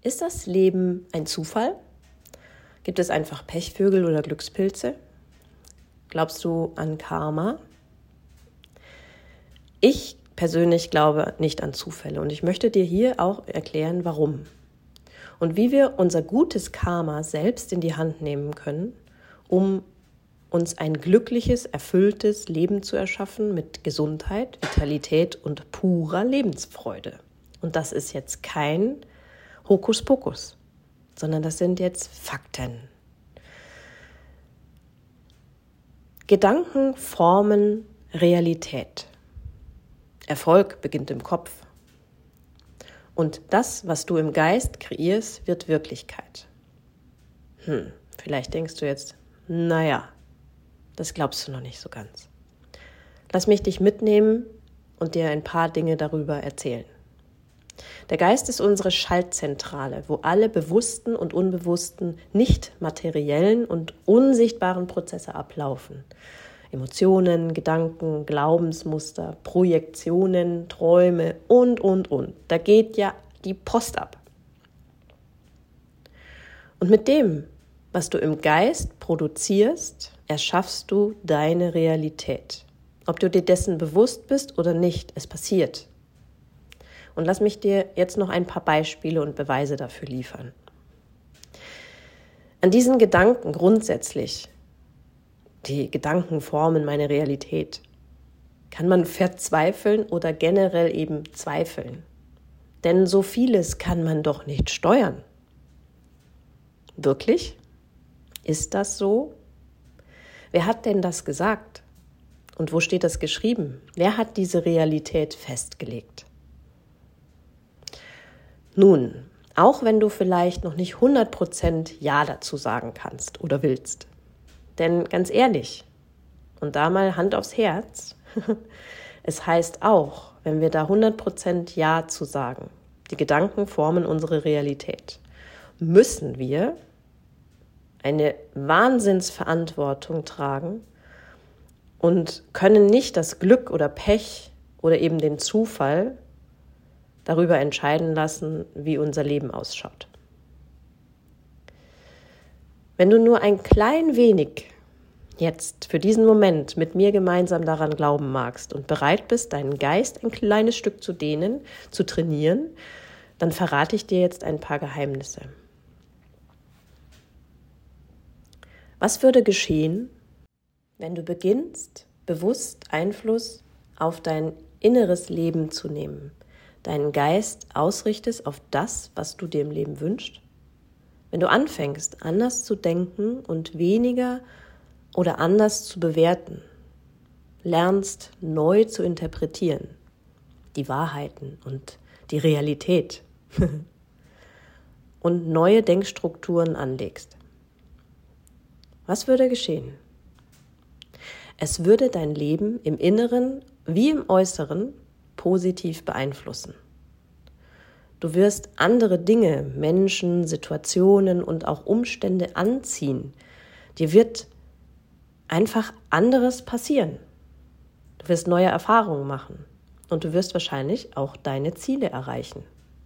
Ist das Leben ein Zufall? Gibt es einfach Pechvögel oder Glückspilze? Glaubst du an Karma? Ich persönlich glaube nicht an Zufälle und ich möchte dir hier auch erklären, warum. Und wie wir unser gutes Karma selbst in die Hand nehmen können, um uns ein glückliches, erfülltes Leben zu erschaffen mit Gesundheit, Vitalität und purer Lebensfreude. Und das ist jetzt kein Hokuspokus, sondern das sind jetzt Fakten. Gedanken formen Realität. Erfolg beginnt im Kopf. Und das, was du im Geist kreierst, wird Wirklichkeit. Vielleicht denkst du jetzt, naja, das glaubst du noch nicht so ganz. Lass mich dich mitnehmen und dir ein paar Dinge darüber erzählen. Der Geist ist unsere Schaltzentrale, wo alle bewussten und unbewussten, nicht materiellen und unsichtbaren Prozesse ablaufen. Emotionen, Gedanken, Glaubensmuster, Projektionen, Träume und. Da geht ja die Post ab. Und mit dem, was du im Geist produzierst, erschaffst du deine Realität. Ob du dir dessen bewusst bist oder nicht, es passiert. Und lass mich dir jetzt noch ein paar Beispiele und Beweise dafür liefern. An diesen Gedanken grundsätzlich, die Gedanken formen meine Realität, kann man verzweifeln oder generell eben zweifeln. Denn so vieles kann man doch nicht steuern. Wirklich? Ist das so? Wer hat denn das gesagt? Und wo steht das geschrieben? Wer hat diese Realität festgelegt? Nun, auch wenn du vielleicht noch nicht 100% Ja dazu sagen kannst oder willst. Denn ganz ehrlich, und da mal Hand aufs Herz, es heißt auch, wenn wir da 100% Ja zu sagen, die Gedanken formen unsere Realität, müssen wir eine Wahnsinnsverantwortung tragen und können nicht das Glück oder Pech oder eben den Zufall darüber entscheiden lassen, wie unser Leben ausschaut. Wenn du nur ein klein wenig jetzt für diesen Moment mit mir gemeinsam daran glauben magst und bereit bist, deinen Geist ein kleines Stück zu dehnen, zu trainieren, dann verrate ich dir jetzt ein paar Geheimnisse. Was würde geschehen, wenn du beginnst, bewusst Einfluss auf dein inneres Leben zu nehmen, deinen Geist ausrichtest auf das, was du dir im Leben wünschst? Wenn du anfängst, anders zu denken und weniger oder anders zu bewerten, lernst neu zu interpretieren, die Wahrheiten und die Realität und neue Denkstrukturen anlegst. Was würde geschehen? Es würde dein Leben im Inneren wie im Äußeren positiv beeinflussen. Du wirst andere Dinge, Menschen, Situationen und auch Umstände anziehen. Dir wird einfach anderes passieren. Du wirst neue Erfahrungen machen und du wirst wahrscheinlich auch deine Ziele erreichen.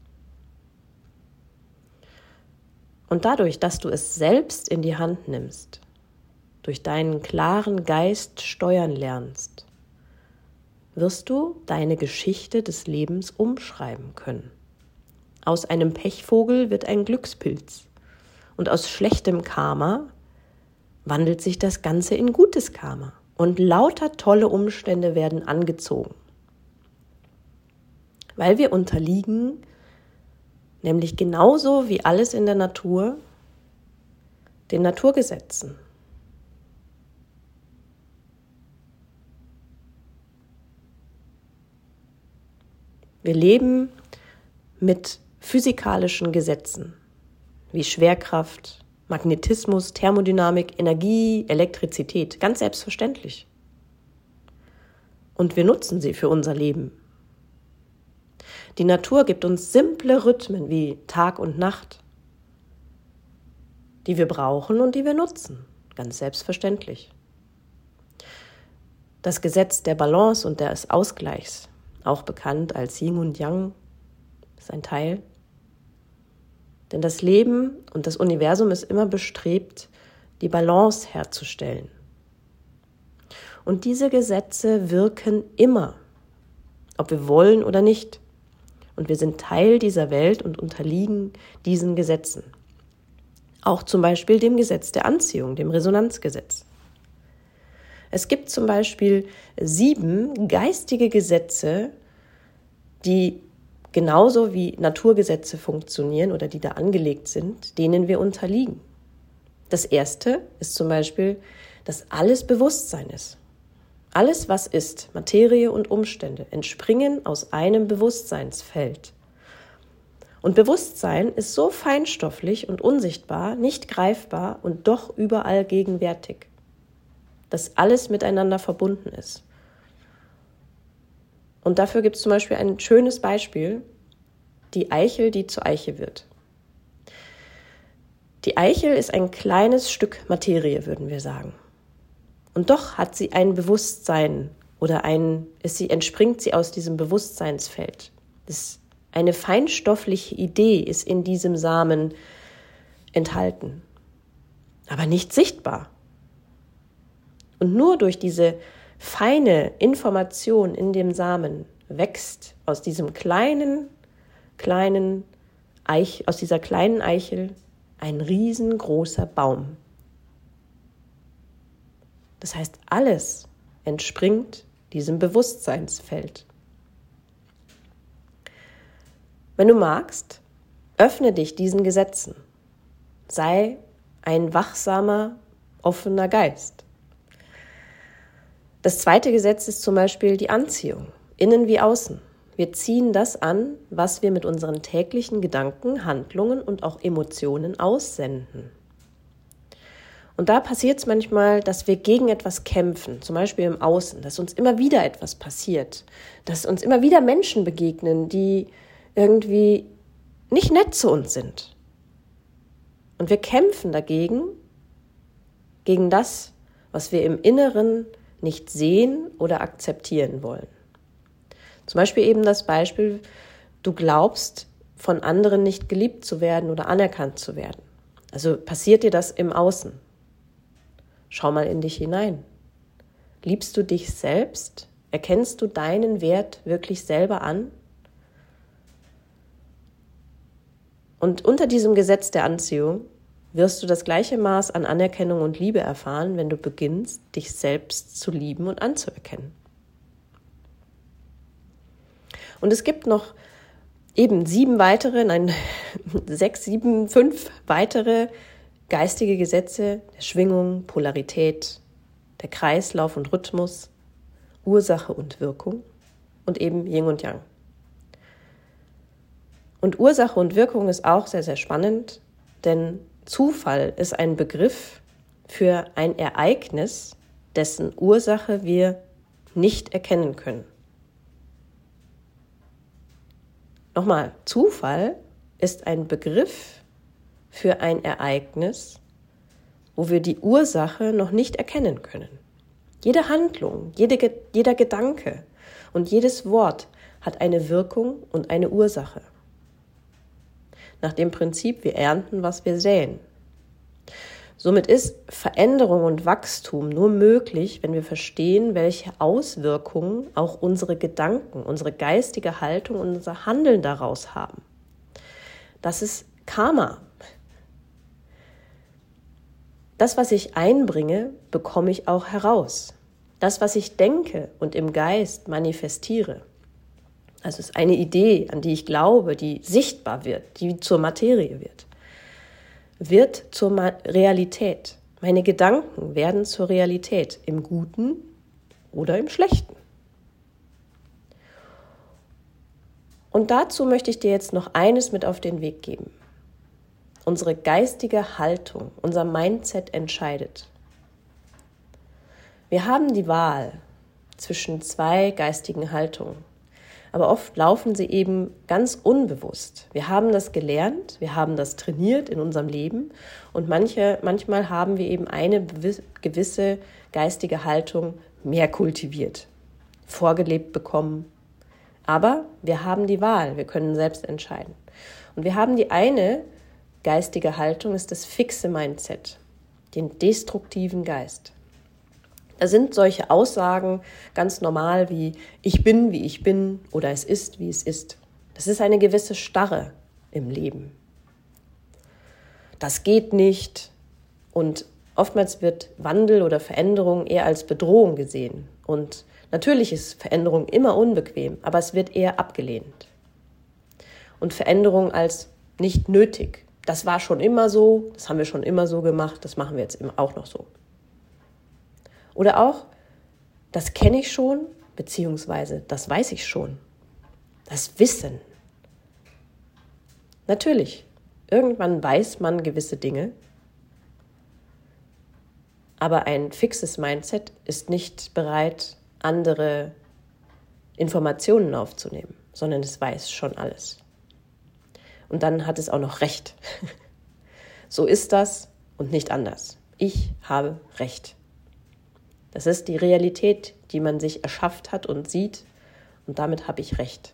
Und dadurch, dass du es selbst in die Hand nimmst, durch deinen klaren Geist steuern lernst, wirst du deine Geschichte des Lebens umschreiben können. Aus einem Pechvogel wird ein Glückspilz und aus schlechtem Karma wandelt sich das Ganze in gutes Karma und lauter tolle Umstände werden angezogen. Weil wir unterliegen, nämlich genauso wie alles in der Natur, den Naturgesetzen. Wir leben mit physikalischen Gesetzen wie Schwerkraft, Magnetismus, Thermodynamik, Energie, Elektrizität, ganz selbstverständlich. Und wir nutzen sie für unser Leben. Die Natur gibt uns simple Rhythmen wie Tag und Nacht, die wir brauchen und die wir nutzen, ganz selbstverständlich. Das Gesetz der Balance und des Ausgleichs, auch bekannt als Yin und Yang, ist ein Teil. Denn das Leben und das Universum ist immer bestrebt, die Balance herzustellen. Und diese Gesetze wirken immer, ob wir wollen oder nicht. Und wir sind Teil dieser Welt und unterliegen diesen Gesetzen. Auch zum Beispiel dem Gesetz der Anziehung, dem Resonanzgesetz. Es gibt zum Beispiel 7 geistige Gesetze, die genauso wie Naturgesetze funktionieren oder die da angelegt sind, denen wir unterliegen. Das erste ist zum Beispiel, dass alles Bewusstsein ist. Alles, was ist, Materie und Umstände, entspringen aus einem Bewusstseinsfeld. Und Bewusstsein ist so feinstofflich und unsichtbar, nicht greifbar und doch überall gegenwärtig, dass alles miteinander verbunden ist. Und dafür gibt es zum Beispiel ein schönes Beispiel, die Eichel, die zur Eiche wird. Die Eichel ist ein kleines Stück Materie, würden wir sagen. Und doch hat sie ein Bewusstsein oder entspringt sie aus diesem Bewusstseinsfeld. Eine feinstoffliche Idee ist in diesem Samen enthalten, aber nicht sichtbar. Und nur durch diese feine Information in dem Samen wächst aus diesem aus dieser kleinen Eichel ein riesengroßer Baum. Das heißt, alles entspringt diesem Bewusstseinsfeld. Wenn du magst, öffne dich diesen Gesetzen. Sei ein wachsamer, offener Geist. Das zweite Gesetz ist zum Beispiel die Anziehung, innen wie außen. Wir ziehen das an, was wir mit unseren täglichen Gedanken, Handlungen und auch Emotionen aussenden. Und da passiert es manchmal, dass wir gegen etwas kämpfen, zum Beispiel im Außen, dass uns immer wieder etwas passiert, dass uns immer wieder Menschen begegnen, die irgendwie nicht nett zu uns sind. Und wir kämpfen dagegen, gegen das, was wir im Inneren nicht sehen oder akzeptieren wollen. Zum Beispiel eben das Beispiel, du glaubst, von anderen nicht geliebt zu werden oder anerkannt zu werden. Also passiert dir das im Außen. Schau mal in dich hinein. Liebst du dich selbst? Erkennst du deinen Wert wirklich selber an? Und unter diesem Gesetz der Anziehung wirst du das gleiche Maß an Anerkennung und Liebe erfahren, wenn du beginnst, dich selbst zu lieben und anzuerkennen. Und es gibt noch eben 5 weitere geistige Gesetze der Schwingung, Polarität, der Kreislauf und Rhythmus, Ursache und Wirkung und eben Yin und Yang. Und Ursache und Wirkung ist auch sehr, sehr spannend, denn Zufall ist ein Begriff für ein Ereignis, dessen Ursache wir nicht erkennen können. Nochmal, Zufall ist ein Begriff für ein Ereignis, wo wir die Ursache noch nicht erkennen können. Jede Handlung, jeder Gedanke und jedes Wort hat eine Wirkung und eine Ursache. Nach dem Prinzip, wir ernten, was wir säen. Somit ist Veränderung und Wachstum nur möglich, wenn wir verstehen, welche Auswirkungen auch unsere Gedanken, unsere geistige Haltung und unser Handeln daraus haben. Das ist Karma. Das, was ich einbringe, bekomme ich auch heraus. Das, was ich denke und im Geist manifestiere, also es ist eine Idee, an die ich glaube, die sichtbar wird, die zur Materie wird zur Realität. Meine Gedanken werden zur Realität, im Guten oder im Schlechten. Und dazu möchte ich dir jetzt noch eines mit auf den Weg geben. Unsere geistige Haltung, unser Mindset entscheidet. Wir haben die Wahl zwischen 2 geistigen Haltungen. Aber oft laufen sie eben ganz unbewusst. Wir haben das gelernt, wir haben das trainiert in unserem Leben und manchmal haben wir eben eine gewisse geistige Haltung mehr kultiviert, vorgelebt bekommen. Aber wir haben die Wahl, wir können selbst entscheiden. Und wir haben die eine geistige Haltung ist das fixe Mindset, den destruktiven Geist. Da sind solche Aussagen ganz normal wie ich bin oder es ist, wie es ist. Das ist eine gewisse Starre im Leben. Das geht nicht und oftmals wird Wandel oder Veränderung eher als Bedrohung gesehen. Und natürlich ist Veränderung immer unbequem, aber es wird eher abgelehnt. Und Veränderung als nicht nötig. Das war schon immer so, das haben wir schon immer so gemacht, das machen wir jetzt auch noch so. Oder auch, das kenne ich schon, beziehungsweise das weiß ich schon. Das Wissen. Natürlich, irgendwann weiß man gewisse Dinge, aber ein fixes Mindset ist nicht bereit, andere Informationen aufzunehmen, sondern es weiß schon alles. Und dann hat es auch noch Recht. So ist das und nicht anders. Ich habe Recht. Das ist die Realität, die man sich erschafft hat und sieht, und damit habe ich Recht.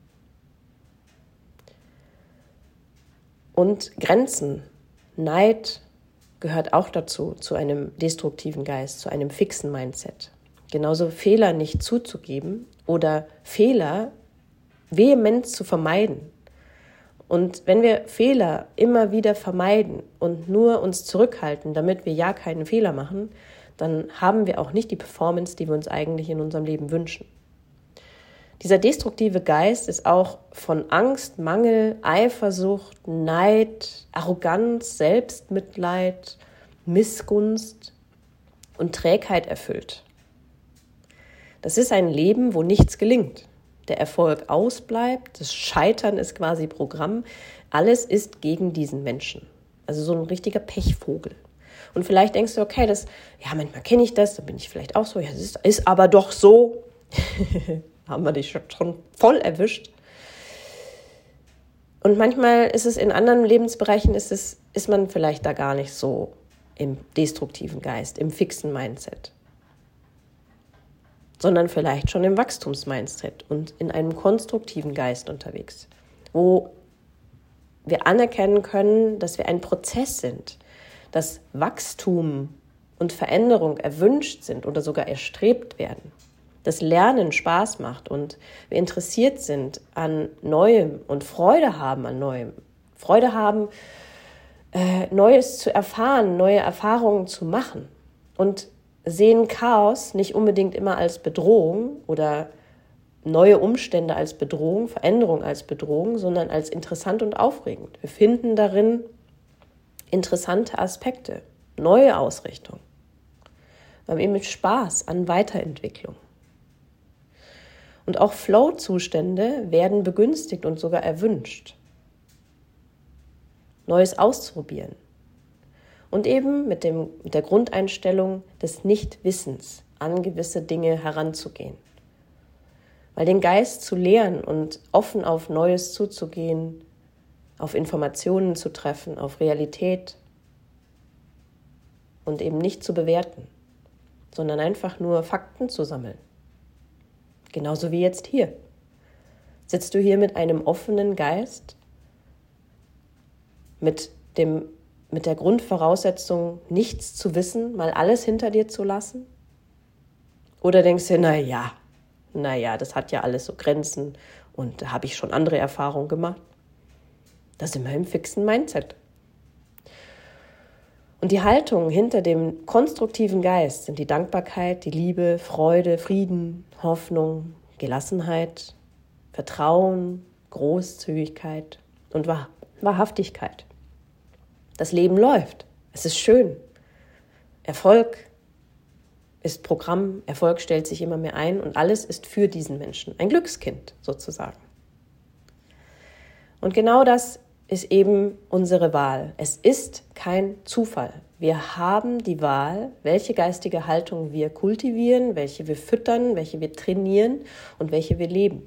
Und Grenzen, Neid gehört auch dazu, zu einem destruktiven Geist, zu einem fixen Mindset. Genauso Fehler nicht zuzugeben oder Fehler vehement zu vermeiden. Und wenn wir Fehler immer wieder vermeiden und nur uns zurückhalten, damit wir ja keinen Fehler machen, dann haben wir auch nicht die Performance, die wir uns eigentlich in unserem Leben wünschen. Dieser destruktive Geist ist auch von Angst, Mangel, Eifersucht, Neid, Arroganz, Selbstmitleid, Missgunst und Trägheit erfüllt. Das ist ein Leben, wo nichts gelingt. Der Erfolg ausbleibt, das Scheitern ist quasi Programm. Alles ist gegen diesen Menschen. Also so ein richtiger Pechvogel. Und vielleicht denkst du, okay, manchmal kenne ich das, dann bin ich vielleicht auch so. Ja, das ist aber doch so. Haben wir dich schon voll erwischt. Und manchmal ist es in anderen Lebensbereichen, ist man vielleicht da gar nicht so im destruktiven Geist, im fixen Mindset, sondern vielleicht schon im Wachstumsmindset und in einem konstruktiven Geist unterwegs, wo wir anerkennen können, dass wir ein Prozess sind, dass Wachstum und Veränderung erwünscht sind oder sogar erstrebt werden, dass Lernen Spaß macht und wir interessiert sind an Neuem und Freude haben an Neuem, Freude haben, Neues zu erfahren, neue Erfahrungen zu machen und sehen Chaos nicht unbedingt immer als Bedrohung oder neue Umstände als Bedrohung, Veränderung als Bedrohung, sondern als interessant und aufregend. Wir finden darin interessante Aspekte, neue Ausrichtung. Wir haben eben mit Spaß an Weiterentwicklung. Und auch Flow-Zustände werden begünstigt und sogar erwünscht. Neues auszuprobieren. Und eben mit der Grundeinstellung des Nichtwissens an gewisse Dinge heranzugehen. Weil den Geist zu lehren und offen auf Neues zuzugehen, auf Informationen zu treffen, auf Realität und eben nicht zu bewerten, sondern einfach nur Fakten zu sammeln. Genauso wie jetzt hier. Sitzt du hier mit einem offenen Geist, mit der Grundvoraussetzung, nichts zu wissen, mal alles hinter dir zu lassen? Oder denkst du, naja, das hat ja alles so Grenzen und da habe ich schon andere Erfahrungen gemacht? Das sind wir im fixen Mindset. Und die Haltung hinter dem konstruktiven Geist sind die Dankbarkeit, die Liebe, Freude, Frieden, Hoffnung, Gelassenheit, Vertrauen, Großzügigkeit und Wahrhaftigkeit. Das Leben läuft. Es ist schön. Erfolg ist Programm. Erfolg stellt sich immer mehr ein und alles ist für diesen Menschen. Ein Glückskind sozusagen. Und genau das ist eben unsere Wahl. Es ist kein Zufall. Wir haben die Wahl, welche geistige Haltung wir kultivieren, welche wir füttern, welche wir trainieren und welche wir leben.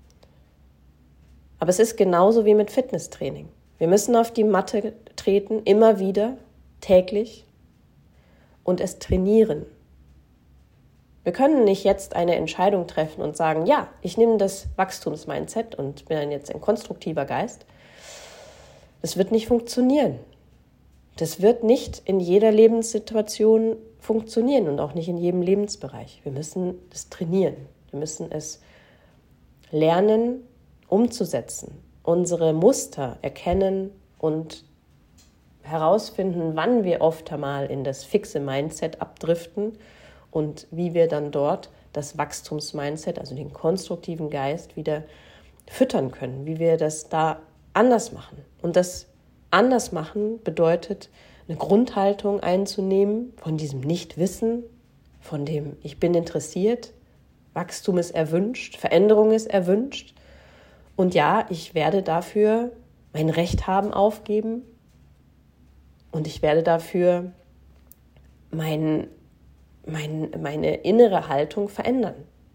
Aber es ist genauso wie mit Fitnesstraining. Wir müssen auf die Matte treten, immer wieder, täglich und es trainieren. Wir können nicht jetzt eine Entscheidung treffen und sagen, ja, ich nehme das Wachstumsmindset und bin dann jetzt ein konstruktiver Geist. Das wird nicht funktionieren. Das wird nicht in jeder Lebenssituation funktionieren und auch nicht in jedem Lebensbereich. Wir müssen das trainieren. Wir müssen es lernen, umzusetzen, unsere Muster erkennen und herausfinden, wann wir oft einmal in das fixe Mindset abdriften und wie wir dann dort das Wachstumsmindset, also den konstruktiven Geist, wieder füttern können, wie wir das da anders machen. Und das anders machen bedeutet, eine Grundhaltung einzunehmen von diesem Nichtwissen, von dem ich bin interessiert, Wachstum ist erwünscht, Veränderung ist erwünscht. Und ja, ich werde dafür mein Recht haben aufgeben und ich werde dafür meine innere Haltung verändern,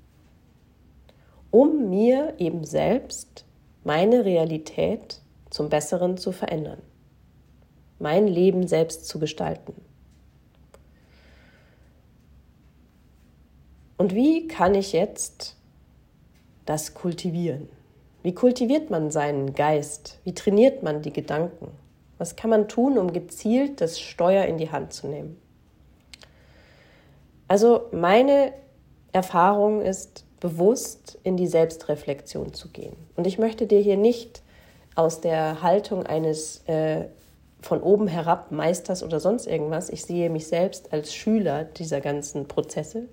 um mir eben selbst meine Realität zum Besseren zu verändern, mein Leben selbst zu gestalten. Und wie kann ich jetzt das kultivieren? Wie kultiviert man seinen Geist? Wie trainiert man die Gedanken? Was kann man tun, um gezielt das Steuer in die Hand zu nehmen? Also meine Erfahrung ist, bewusst in die Selbstreflexion zu gehen. Und ich möchte dir hier nicht aus der Haltung eines von oben herab Meisters oder sonst irgendwas, ich sehe mich selbst als Schüler dieser ganzen Prozesse,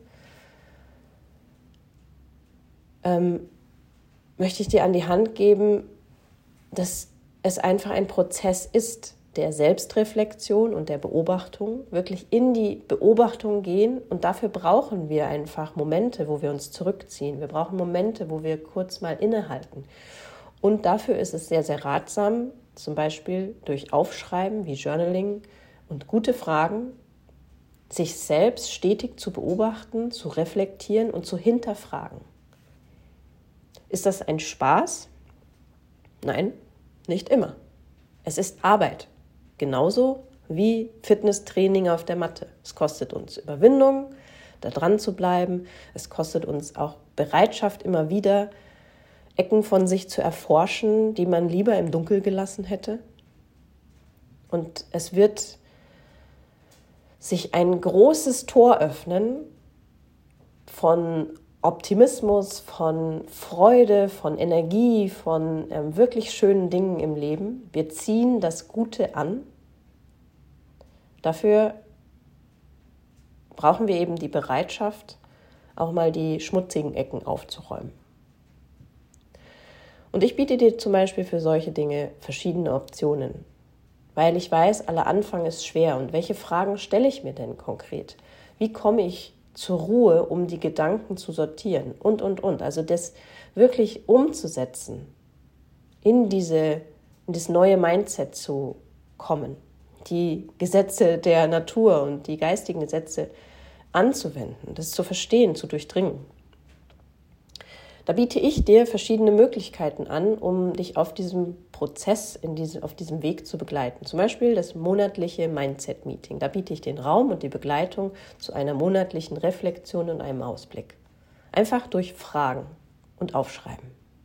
möchte ich dir an die Hand geben, dass es einfach ein Prozess ist, der Selbstreflexion und der Beobachtung, wirklich in die Beobachtung gehen. Und dafür brauchen wir einfach Momente, wo wir uns zurückziehen. Wir brauchen Momente, wo wir kurz mal innehalten. Und dafür ist es sehr, sehr ratsam, zum Beispiel durch Aufschreiben wie Journaling und gute Fragen, sich selbst stetig zu beobachten, zu reflektieren und zu hinterfragen. Ist das ein Spaß? Nein, nicht immer. Es ist Arbeit. Genauso wie Fitnesstraining auf der Matte. Es kostet uns Überwindung, da dran zu bleiben. Es kostet uns auch Bereitschaft, immer wieder Ecken von sich zu erforschen, die man lieber im Dunkeln gelassen hätte. Und es wird sich ein großes Tor öffnen von Optimismus, von Freude, von Energie, von wirklich schönen Dingen im Leben. Wir ziehen das Gute an. Dafür brauchen wir eben die Bereitschaft, auch mal die schmutzigen Ecken aufzuräumen. Und ich biete dir zum Beispiel für solche Dinge verschiedene Optionen, weil ich weiß, aller Anfang ist schwer. Und welche Fragen stelle ich mir denn konkret? Wie komme ich zur Ruhe, um die Gedanken zu sortieren und. Also das wirklich umzusetzen, in das neue Mindset zu kommen, die Gesetze der Natur und die geistigen Gesetze anzuwenden, das zu verstehen, zu durchdringen. Da biete ich dir verschiedene Möglichkeiten an, um dich auf diesem Prozess, auf diesem Weg zu begleiten. Zum Beispiel das monatliche Mindset-Meeting. Da biete ich den Raum und die Begleitung zu einer monatlichen Reflexion und einem Ausblick. Einfach durch Fragen und Aufschreiben.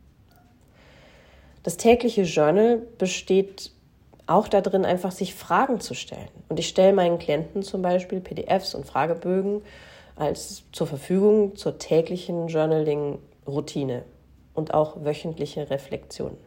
Das tägliche Journal besteht auch darin, einfach sich Fragen zu stellen. Und ich stelle meinen Klienten zum Beispiel PDFs und Fragebögen zur Verfügung zur täglichen Journaling-Routine und auch wöchentliche Reflexion.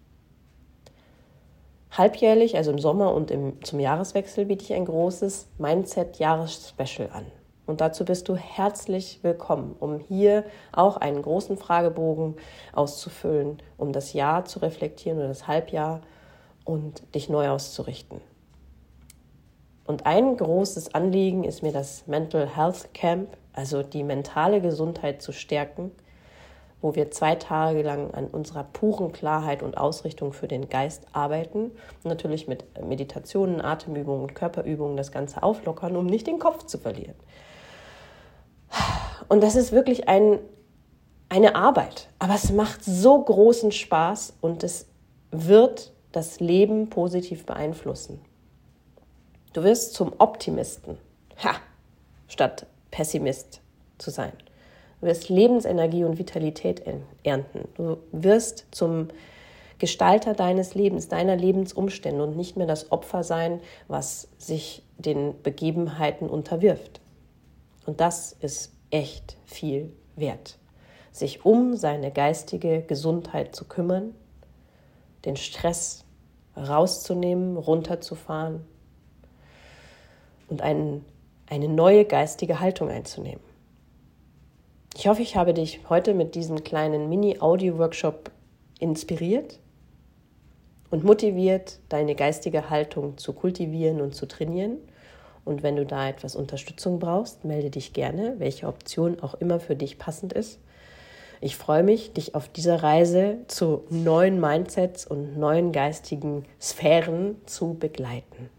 Halbjährlich, also im Sommer und zum Jahreswechsel, biete ich ein großes Mindset-Jahres-Special an. Und dazu bist du herzlich willkommen, um hier auch einen großen Fragebogen auszufüllen, um das Jahr zu reflektieren oder das Halbjahr und dich neu auszurichten. Und ein großes Anliegen ist mir das Mental Health Camp, also die mentale Gesundheit zu stärken, wo wir 2 Tage lang an unserer puren Klarheit und Ausrichtung für den Geist arbeiten und natürlich mit Meditationen, Atemübungen und Körperübungen das Ganze auflockern, um nicht den Kopf zu verlieren. Und das ist wirklich eine Arbeit, aber es macht so großen Spaß und es wird das Leben positiv beeinflussen. Du wirst zum Optimisten, statt Pessimist zu sein. Du wirst Lebensenergie und Vitalität ernten. Du wirst zum Gestalter deines Lebens, deiner Lebensumstände und nicht mehr das Opfer sein, was sich den Begebenheiten unterwirft. Und das ist echt viel wert, sich um seine geistige Gesundheit zu kümmern, den Stress rauszunehmen, runterzufahren und eine neue geistige Haltung einzunehmen. Ich hoffe, ich habe dich heute mit diesem kleinen Mini-Audio-Workshop inspiriert und motiviert, deine geistige Haltung zu kultivieren und zu trainieren. Und wenn du da etwas Unterstützung brauchst, melde dich gerne, welche Option auch immer für dich passend ist. Ich freue mich, dich auf dieser Reise zu neuen Mindsets und neuen geistigen Sphären zu begleiten.